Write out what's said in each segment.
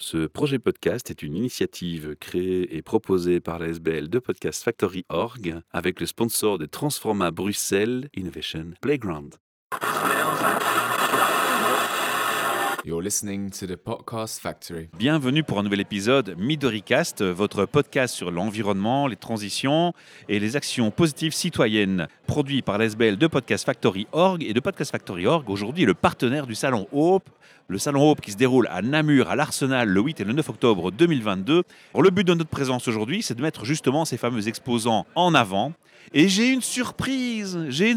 Ce projet podcast est une initiative créée et proposée par la SBL de Podcast Factory Org avec le sponsor de Transforma Bruxelles Innovation Playground. You're listening to the Podcast Factory. Bienvenue pour un nouvel épisode MidoriCast, votre podcast sur l'environnement, les transitions et les actions positives citoyennes, produit par la SBL de Podcast Factory Org et de Podcast Factory Org. Aujourd'hui, est le partenaire du Salon Hope. Le Salon Hope qui se déroule à Namur, à l'Arsenal, le 8 et le 9 octobre 2022. Alors, le but de notre présence aujourd'hui, c'est de mettre justement ces fameux exposants en avant. Et j'ai une surprise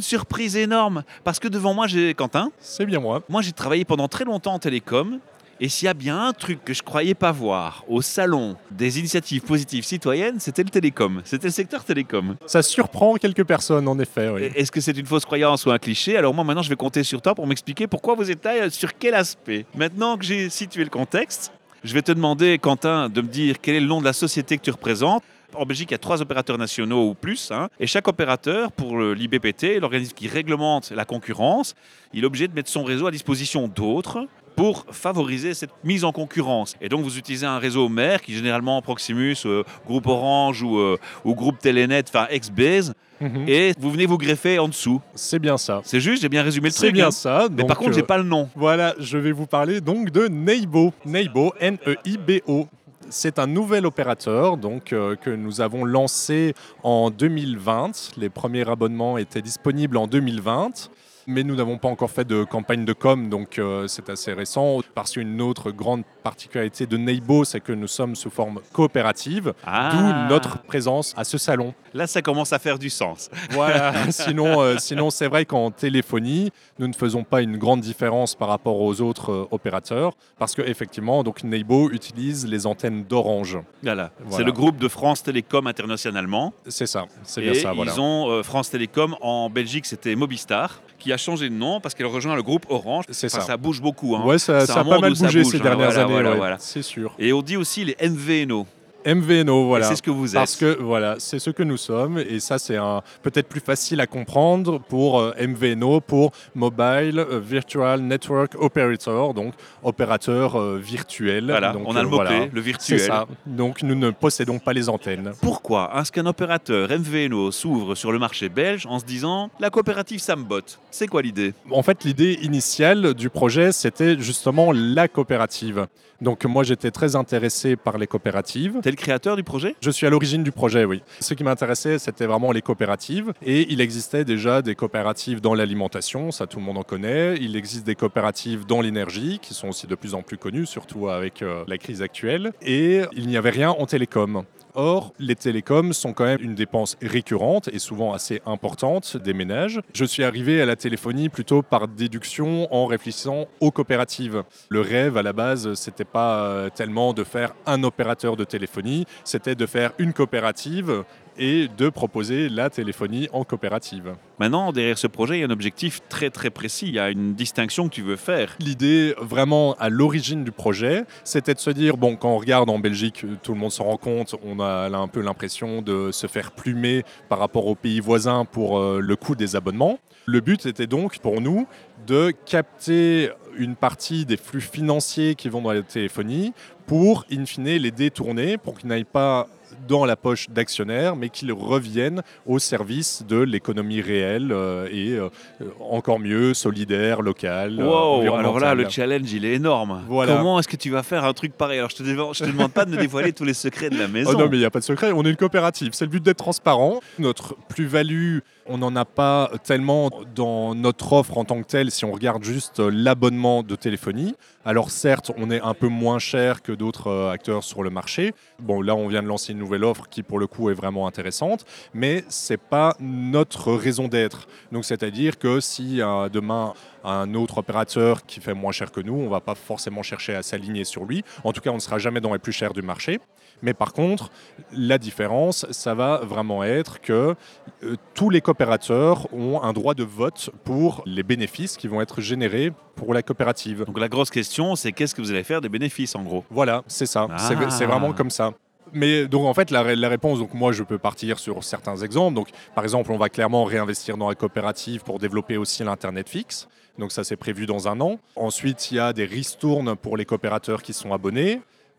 énorme, parce que devant moi, j'ai Quentin. C'est bien moi. Moi, j'ai travaillé pendant très longtemps en télécom. Et s'il y a bien un truc que je croyais pas voir au salon des initiatives positives citoyennes, c'était le télécom. C'était le secteur télécom. Ça surprend quelques personnes, en effet. Oui. Est-ce que c'est une fausse croyance ou un cliché? Alors moi, maintenant, je vais compter sur toi pour m'expliquer pourquoi vous êtes là, sur quel aspect. Maintenant que j'ai situé le contexte, je vais te demander, Quentin, de me dire quel est le nom de la société que tu représentes. En Belgique, il y a 3 opérateurs nationaux ou plus, et chaque opérateur, pour l'IBPT, l'organisme qui réglemente la concurrence, il est obligé de mettre son réseau à disposition d'autres pour favoriser cette mise en concurrence. Et donc, vous utilisez un réseau mère qui, généralement, Proximus, Groupe Orange ou Groupe Telenet, enfin ex-Base, et vous venez vous greffer en dessous. C'est bien ça. C'est juste, j'ai bien résumé le truc. C'est bien ça. Mais par contre, j'ai pas le nom. Voilà, je vais vous parler donc de Neibo. Neibo, N-E-I-B-O. C'est un nouvel opérateur que nous avons lancé en 2020. Les premiers abonnements étaient disponibles en 2020. Mais nous n'avons pas encore fait de campagne de com, donc c'est assez récent. Parce qu'une autre grande particularité de Neibo, c'est que nous sommes sous forme coopérative, d'où notre présence à ce salon. Là, ça commence à faire du sens. Voilà, sinon c'est vrai qu'en téléphonie, nous ne faisons pas une grande différence par rapport aux autres opérateurs, parce qu'effectivement, Neibo utilise les antennes d'Orange. Voilà. C'est le groupe de France Télécom internationalement. C'est ça, c'est bien ça. Voilà. Ils ont France Télécom en Belgique, c'était Mobistar, qui a changé de nom parce qu'elle rejoint le groupe Orange. C'est ça. Ça bouge beaucoup. Ouais, ça a pas mal bougé ces dernières années, voilà. C'est sûr. Et on dit aussi les MVNO. MVNO, voilà. Et c'est ce que vous êtes. Parce que voilà, c'est ce que nous sommes, et ça c'est peut-être plus facile à comprendre pour MVNO, pour Mobile Virtual Network Operator, donc opérateur virtuel. Voilà, donc, on a le mot-clé, le virtuel. C'est ça. Donc nous ne possédons pas les antennes. Pourquoi est-ce qu'un opérateur MVNO s'ouvre sur le marché belge en se disant la coopérative ça me botte? C'est quoi l'idée? En fait, l'idée initiale du projet, c'était justement la coopérative. Donc moi j'étais très intéressé par les coopératives. T'es le créateur du projet? Je suis à l'origine du projet, oui. Ce qui m'intéressait, c'était vraiment les coopératives. Et il existait déjà des coopératives dans l'alimentation, ça tout le monde en connaît. Il existe des coopératives dans l'énergie, qui sont aussi de plus en plus connues, surtout avec la crise actuelle. Et il n'y avait rien en télécom. Or, les télécoms sont quand même une dépense récurrente et souvent assez importante des ménages. Je suis arrivé à la téléphonie plutôt par déduction en réfléchissant aux coopératives. Le rêve, à la base, c'était pas tellement de faire un opérateur de téléphonie, c'était de faire une coopérative et de proposer la téléphonie en coopérative. Maintenant, derrière ce projet, il y a un objectif très très précis, il y a une distinction que tu veux faire. L'idée vraiment à l'origine du projet, c'était de se dire, bon, quand on regarde en Belgique, tout le monde s'en rend compte, on a là un peu l'impression de se faire plumer par rapport aux pays voisins pour le coût des abonnements. Le but était donc pour nous de capter une partie des flux financiers qui vont dans la téléphonie pour, in fine, les détourner pour qu'ils n'aillent pas dans la poche d'actionnaires, mais qu'ils reviennent au service de l'économie réelle et encore mieux, solidaire, locale. Wow, alors là, le challenge, il est énorme. Voilà. Comment est-ce que tu vas faire un truc pareil? Alors, je te demande pas de me dévoiler tous les secrets de la maison. Oh non, mais il n'y a pas de secret, on est une coopérative. C'est le but d'être transparent. Notre plus-value, on n'en a pas tellement dans notre offre en tant que telle si on regarde juste l'abonnement de téléphonie. Alors certes, on est un peu moins cher que d'autres acteurs sur le marché. Bon, là, on vient de lancer une nouvelle offre qui, pour le coup, est vraiment intéressante, mais ce n'est pas notre raison d'être. Donc, c'est-à-dire que si demain, un autre opérateur qui fait moins cher que nous, on ne va pas forcément chercher à s'aligner sur lui. En tout cas, on ne sera jamais dans les plus chers du marché. Mais par contre, la différence, ça va vraiment être que tous les coopérateurs ont un droit de vote pour les bénéfices qui vont être générés pour la coopérative. Donc la grosse question, c'est qu'est-ce que vous allez faire des bénéfices en gros? Voilà, c'est ça. C'est vraiment comme ça. Mais donc en fait la réponse, donc moi je peux partir sur certains exemples. Donc par exemple, on va clairement réinvestir dans la coopérative pour développer aussi l'internet fixe. Donc ça c'est prévu dans 1 an. Ensuite, il y a des ristournes pour les coopérateurs qui sont abonnés.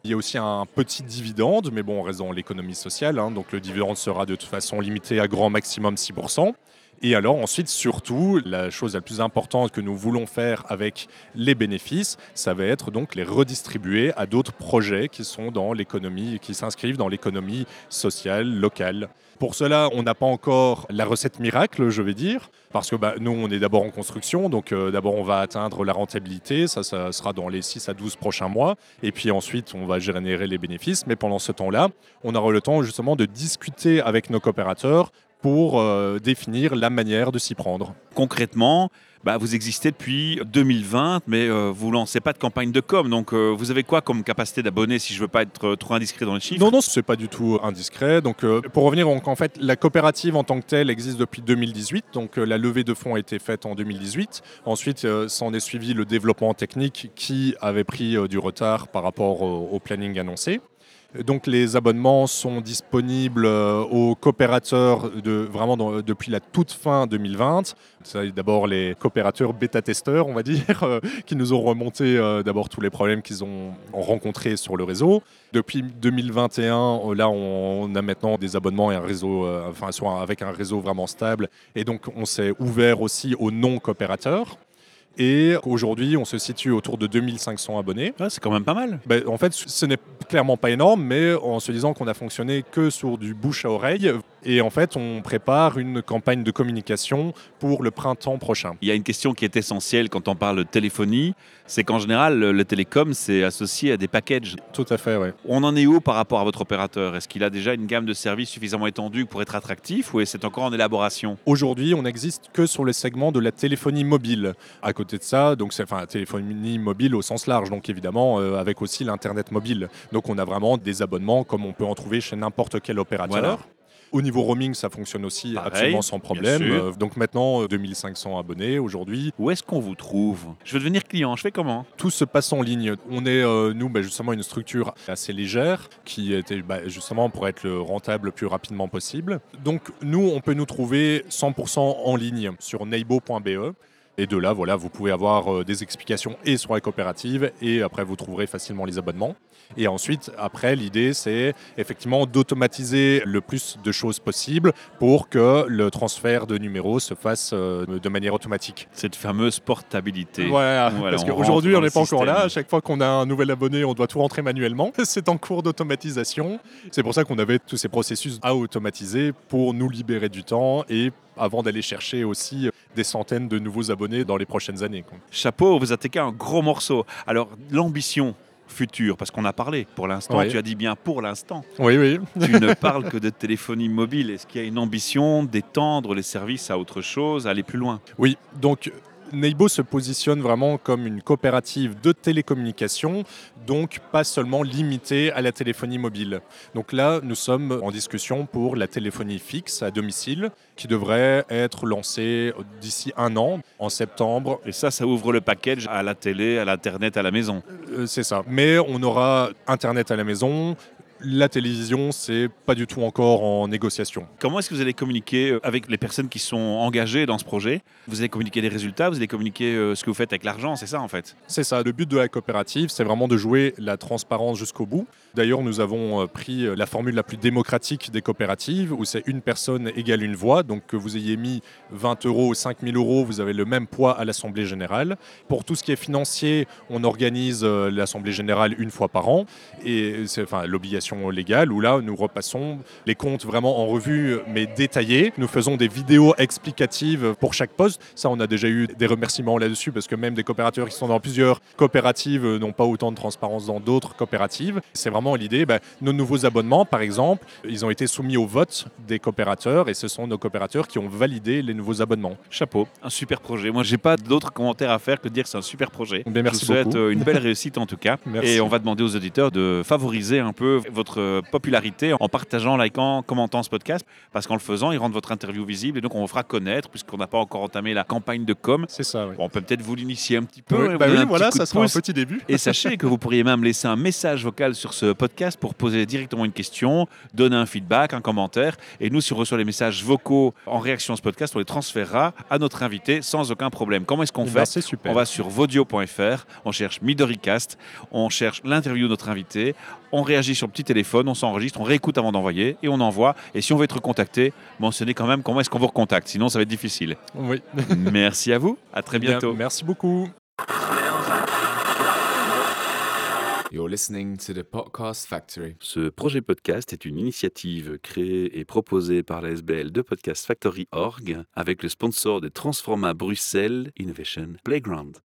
Il y a aussi un petit dividende, mais bon, on reste dans l'économie sociale, hein, donc le dividende sera de toute façon limité à grand maximum 6%. Et alors ensuite, surtout, la chose la plus importante que nous voulons faire avec les bénéfices, ça va être donc les redistribuer à d'autres projets qui sont dans l'économie, qui s'inscrivent dans l'économie sociale, locale. Pour cela, on n'a pas encore la recette miracle, je vais dire, parce que nous, on est d'abord en construction, donc d'abord on va atteindre la rentabilité, ça sera dans les 6 à 12 prochains mois, et puis ensuite on va générer les bénéfices, mais pendant ce temps-là, on aura le temps justement de discuter avec nos coopérateurs pour définir la manière de s'y prendre. Concrètement, vous existez depuis 2020, mais vous ne lancez pas de campagne de com. Donc, vous avez quoi comme capacité d'abonnés, si je ne veux pas être trop indiscret dans les chiffres? Non, ce n'est pas du tout indiscret. Donc, pour revenir, en fait, la coopérative en tant que telle existe depuis 2018. Donc, la levée de fonds a été faite en 2018. Ensuite, s'en est suivi le développement technique qui avait pris du retard par rapport au planning annoncé. Donc les abonnements sont disponibles aux coopérateurs depuis la toute fin 2020. C'est d'abord les coopérateurs bêta-testeurs, on va dire, qui nous ont remonté d'abord tous les problèmes qu'ils ont rencontrés sur le réseau. Depuis 2021, là, on a maintenant des abonnements et un réseau, avec un réseau vraiment stable. Et donc, on s'est ouvert aussi aux non-coopérateurs. Et aujourd'hui, on se situe autour de 2500 abonnés. Ouais, c'est quand même pas mal. En fait, ce n'est clairement pas énorme, mais en se disant qu'on a fonctionné que sur du bouche à oreille. Et en fait, on prépare une campagne de communication pour le printemps prochain. Il y a une question qui est essentielle quand on parle de téléphonie, c'est qu'en général, le télécom, c'est associé à des packages. Tout à fait, oui. On en est où par rapport à votre opérateur? Est-ce qu'il a déjà une gamme de services suffisamment étendue pour être attractif ou c'est encore en élaboration? Aujourd'hui, on n'existe que sur le segment de la téléphonie mobile. À côté de ça, donc la téléphonie mobile au sens large, donc évidemment avec aussi l'Internet mobile. Donc on a vraiment des abonnements comme on peut en trouver chez n'importe quel opérateur. Voilà. Au niveau roaming, ça fonctionne aussi pareil, absolument sans problème. Donc maintenant, 2500 abonnés aujourd'hui. Où est-ce qu'on vous trouve? Je veux devenir client, je fais comment? Tout se passe en ligne. On est, nous, justement, une structure assez légère qui était justement pour être le rentable le plus rapidement possible. Donc nous, on peut nous trouver 100% en ligne sur neighbo.be. Et de là, voilà, vous pouvez avoir des explications et sur la coopérative et après, vous trouverez facilement les abonnements. Et ensuite, après, l'idée, c'est effectivement d'automatiser le plus de choses possible pour que le transfert de numéros se fasse de manière automatique. Cette fameuse portabilité. Voilà, parce qu'aujourd'hui, on n'est pas encore là. À chaque fois qu'on a un nouvel abonné, on doit tout rentrer manuellement. C'est en cours d'automatisation. C'est pour ça qu'on avait tous ces processus à automatiser pour nous libérer du temps et avant d'aller chercher aussi des centaines de nouveaux abonnés dans les prochaines années. Chapeau, vous attaquez un gros morceau. Alors, l'ambition future, parce qu'on a parlé pour l'instant, Oui. Tu as dit bien pour l'instant. Oui. Tu ne parles que de téléphonie mobile. Est-ce qu'il y a une ambition d'étendre les services à autre chose, aller plus loin? Oui, donc Neighbo se positionne vraiment comme une coopérative de télécommunications, donc pas seulement limitée à la téléphonie mobile. Donc là, nous sommes en discussion pour la téléphonie fixe à domicile, qui devrait être lancée d'ici 1 an, en septembre. Et ça ouvre le package à la télé, à l'Internet, à la maison. C'est ça. Mais on aura Internet à la maison. La télévision, c'est pas du tout encore en négociation. Comment est-ce que vous allez communiquer avec les personnes qui sont engagées dans ce projet? Vous allez communiquer des résultats, vous allez communiquer ce que vous faites avec l'argent, c'est ça en fait? C'est ça. Le but de la coopérative, c'est vraiment de jouer la transparence jusqu'au bout. D'ailleurs, nous avons pris la formule la plus démocratique des coopératives, où c'est une personne égale une voix. Donc que vous ayez mis 20 euros ou 5 000 euros, vous avez le même poids à l'Assemblée générale. Pour tout ce qui est financier, on organise l'Assemblée générale une fois par an. Et c'est l'obligation légale, où là, nous repassons les comptes vraiment en revue, mais détaillés. Nous faisons des vidéos explicatives pour chaque poste. Ça, on a déjà eu des remerciements là-dessus, parce que même des coopérateurs qui sont dans plusieurs coopératives n'ont pas autant de transparence dans d'autres coopératives. C'est vraiment l'idée. Nos nouveaux abonnements, par exemple, ils ont été soumis au vote des coopérateurs, et ce sont nos coopérateurs qui ont validé les nouveaux abonnements. Chapeau, un super projet. Moi, j'ai pas d'autres commentaires à faire que de dire que c'est un super projet. Bien, merci Je vous souhaite beaucoup. une belle réussite en tout cas. Merci. Et on va demander aux auditeurs de favoriser un peu votre votre popularité en partageant, likant, commentant ce podcast, parce qu'en le faisant, ils rendent votre interview visible et donc on vous fera connaître, puisqu'on n'a pas encore entamé la campagne de com. C'est ça, oui. Bon, on peut peut-être vous l'initier un petit peu. Oui, vous bah donner oui, un voilà, petit coup ça de sera un pouce. petit début. Et sachez que vous pourriez même laisser un message vocal sur ce podcast pour poser directement une question, donner un feedback, un commentaire. Et nous, si on reçoit les messages vocaux en réaction à ce podcast, on les transférera à notre invité sans aucun problème. Comment est-ce qu'on Eh fait? ben, c'est super. On va sur vodio.fr, on cherche Midoricast, on cherche l'interview de notre invité, on réagit sur le petit téléphone, on s'enregistre, on réécoute avant d'envoyer et on envoie. Et si on veut être contacté, mentionnez quand même comment est-ce qu'on vous recontacte, sinon ça va être difficile. Oui. Merci à vous, à très Bien, bientôt. merci beaucoup. You're listening to the Podcast Factory. Ce projet podcast est une initiative créée et proposée par la SBL de Podcast Factory.org avec le sponsor de Transforma Bruxelles Innovation Playground.